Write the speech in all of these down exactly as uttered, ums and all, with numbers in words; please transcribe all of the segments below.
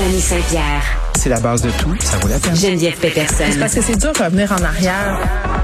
Danny Saint-Pierre. C'est la base de tout, ça vaut la peine. Geneviève Peterson. C'est parce que c'est dur de revenir en arrière.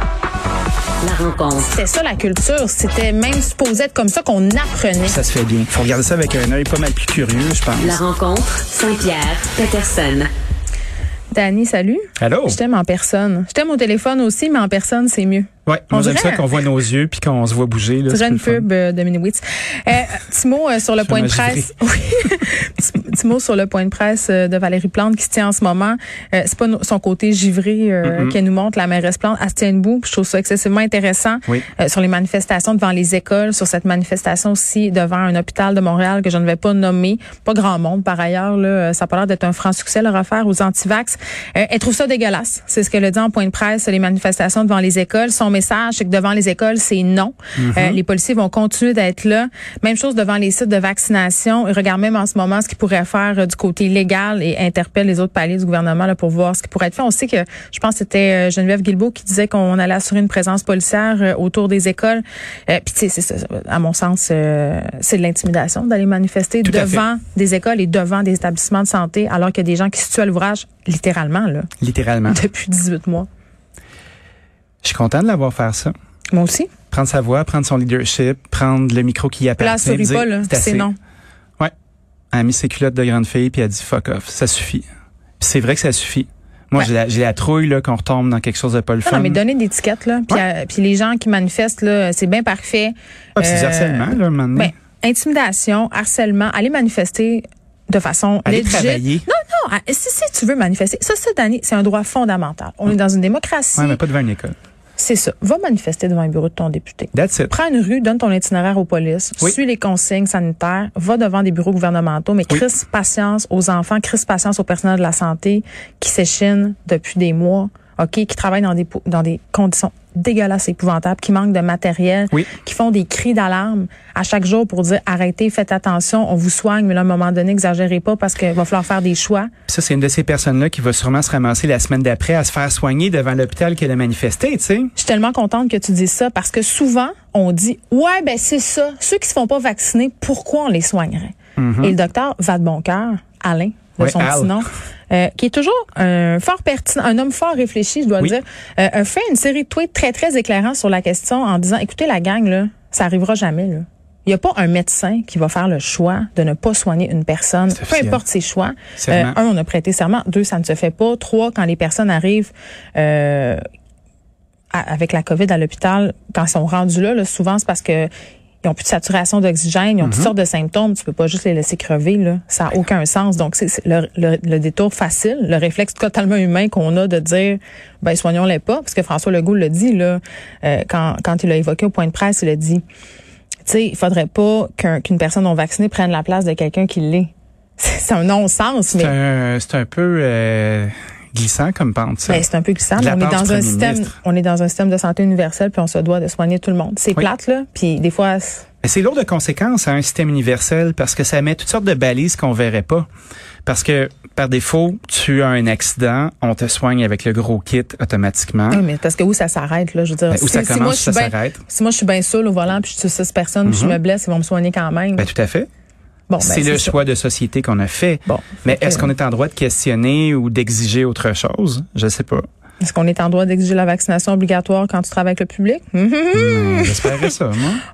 La rencontre. C'était ça la culture. C'était même supposé être comme ça qu'on apprenait. Ça se fait bien. Faut regarder ça avec un œil pas mal plus curieux, je pense. La rencontre. Saint-Pierre. Peterson. Danny, salut. Allô? Je t'aime en personne. Je t'aime au téléphone aussi, mais en personne, c'est mieux. Ouais, On moi j'aime dirait- ça qu'on voit nos yeux puis qu'on se voit bouger. Là, Tu dirais c'est une plus le fun. pub euh, de Miniwitz. Euh, petit mot euh, sur le Je point de vais presse. Oui. petit, petit mot sur le point de presse euh, de Valérie Plante qui se tient en ce moment. Euh, c'est pas no- son côté givré euh, Mm-mm. qu'elle nous montre, la mairesse Plante. Elle se tient debout. Je trouve ça excessivement intéressant. Oui. Euh, sur les manifestations devant les écoles, sur cette manifestation aussi devant un hôpital de Montréal que je ne vais pas nommer. Pas grand monde par ailleurs. Là, ça a pas l'air d'être un franc succès leur affaire aux antivax. Euh, elle trouve ça dégueulasse. C'est ce qu'elle a dit en point de presse, les manifestations devant les écoles. Son message, c'est que devant les écoles, c'est non. Mm-hmm. Euh, les policiers vont continuer d'être là. Même chose devant les sites de vaccination. Ils regardent même en ce moment ce qu'ils pourraient faire euh, du côté légal et interpellent les autres paliers du gouvernement là, pour voir ce qui pourrait être fait. On sait que, je pense que c'était euh, Geneviève Guilbeault qui disait qu'on allait assurer une présence policière euh, autour des écoles. Euh, Puis tu sais, c'est ça, à mon sens, euh, c'est de l'intimidation d'aller manifester Tout à devant des écoles et devant des établissements de santé alors qu'il y a des gens qui se tuent à l'ouvrage, littéralement, là, Littéralement. depuis dix-huit mois. Je suis content de l'avoir faire ça. Moi aussi. Prendre sa voix, prendre son leadership, prendre le micro qui y Là, appartient. elle sourit dire, pas, là. c'est C'est assez. non. Ouais. Elle a mis ses culottes de grande fille puis elle a dit fuck off, ça suffit. Puis c'est vrai que ça suffit. Moi, Ouais. j'ai la, j'ai la trouille là qu'on retombe dans quelque chose de pas le Non, fun. non, mais donner des étiquettes, là. Puis, Ouais. euh, puis les gens qui manifestent, là, c'est bien parfait. Ah, puis c'est du Euh, harcèlement, là, un moment donné. Ben, intimidation, harcèlement, aller manifester de façon Aller legit. travailler. Non, non, ah, si, si tu veux manifester, ça, ça, Dani, c'est un droit fondamental. On est dans une démocratie. Ouais, mais pas devant une école. C'est ça. Va manifester devant un bureau de ton député. That's it. Prends une rue, donne ton itinéraire aux polices, Oui. suis les consignes sanitaires, va devant des bureaux gouvernementaux, mais Oui. crisse patience aux enfants, crisse patience au personnel de la santé qui s'échinent depuis des mois, OK, qui travaillent dans des, po- dans des conditions dégueulasses et épouvantables, qui manquent de matériel, Oui. qui font des cris d'alarme à chaque jour pour dire arrêtez, faites attention, on vous soigne, mais là, à un moment donné, exagérez pas parce qu'il va falloir faire des choix. Puis ça, c'est une de ces personnes-là qui va sûrement se ramasser la semaine d'après à se faire soigner devant l'hôpital qu'elle a manifesté, tu sais. Je suis tellement contente que tu dises ça parce que souvent, on dit ouais, ben c'est ça. Ceux qui se font pas vacciner, pourquoi on les soignerait? Et le docteur Vadeboncoeur, Alain, de Ouais, son Al. petit nom, euh, qui est toujours un fort pertinent, un homme fort réfléchi, je dois Oui. le dire, euh, a fait une série de tweets très, très éclairants sur la question en disant, écoutez la gang, là, ça arrivera jamais, là. Il n'y a pas un médecin qui va faire le choix de ne pas soigner une personne, C'est peu officiel. importe ses choix. Serment. un, on a prêté serment. Deux, ça ne se fait pas. Trois, quand les personnes arrivent euh, à- avec la COVID à l'hôpital, quand ils sont rendus là, là souvent, c'est parce que ils ont plus de saturation d'oxygène, ils ont toutes sortes de symptômes. Tu peux pas juste les laisser crever, là. Ça n'a aucun sens. Donc, c'est c'est le, le, le détour facile, le réflexe totalement humain qu'on a de dire, ben, soignons-les pas. Parce que François Legault l'a dit, là, euh, quand, quand il l'a évoqué au point de presse, il a dit, tu sais, il faudrait pas qu'un- qu'une personne non vaccinée prenne la place de quelqu'un qui l'est. C'est c'est un non-sens, mais C'est un, c'est un peu euh, glissant comme pente, ça. ben, c'est un peu glissant. De mais la On est part du dans un premier système, ministre. on est dans un système de santé universel, puis on se doit de soigner tout le monde. C'est Oui. plate, là. Puis des fois, c'est- Mais c'est lourd de conséquences, hein, un système universel, parce que ça met toutes sortes de balises qu'on verrait pas. Parce que, par défaut, tu as un accident, on te soigne avec le gros kit automatiquement. oui, mais parce que où ça s'arrête, là, je veux dire. Ben, où si- ça si commence, moi, je suis ça bien- s'arrête. Si moi, je suis bien seule au volant, puis je suis six personnes, puis je me blesse, ils vont me soigner quand même. Ben, tout à fait. bon, ben, c'est le ça. choix de société qu'on a fait. Bon. Mais Fait que- est-ce qu'on est en droit de questionner ou d'exiger autre chose? Je sais pas. Est-ce qu'on est en droit d'exiger la vaccination obligatoire quand tu travailles avec le public? Hmm, J'espérais ça, moi.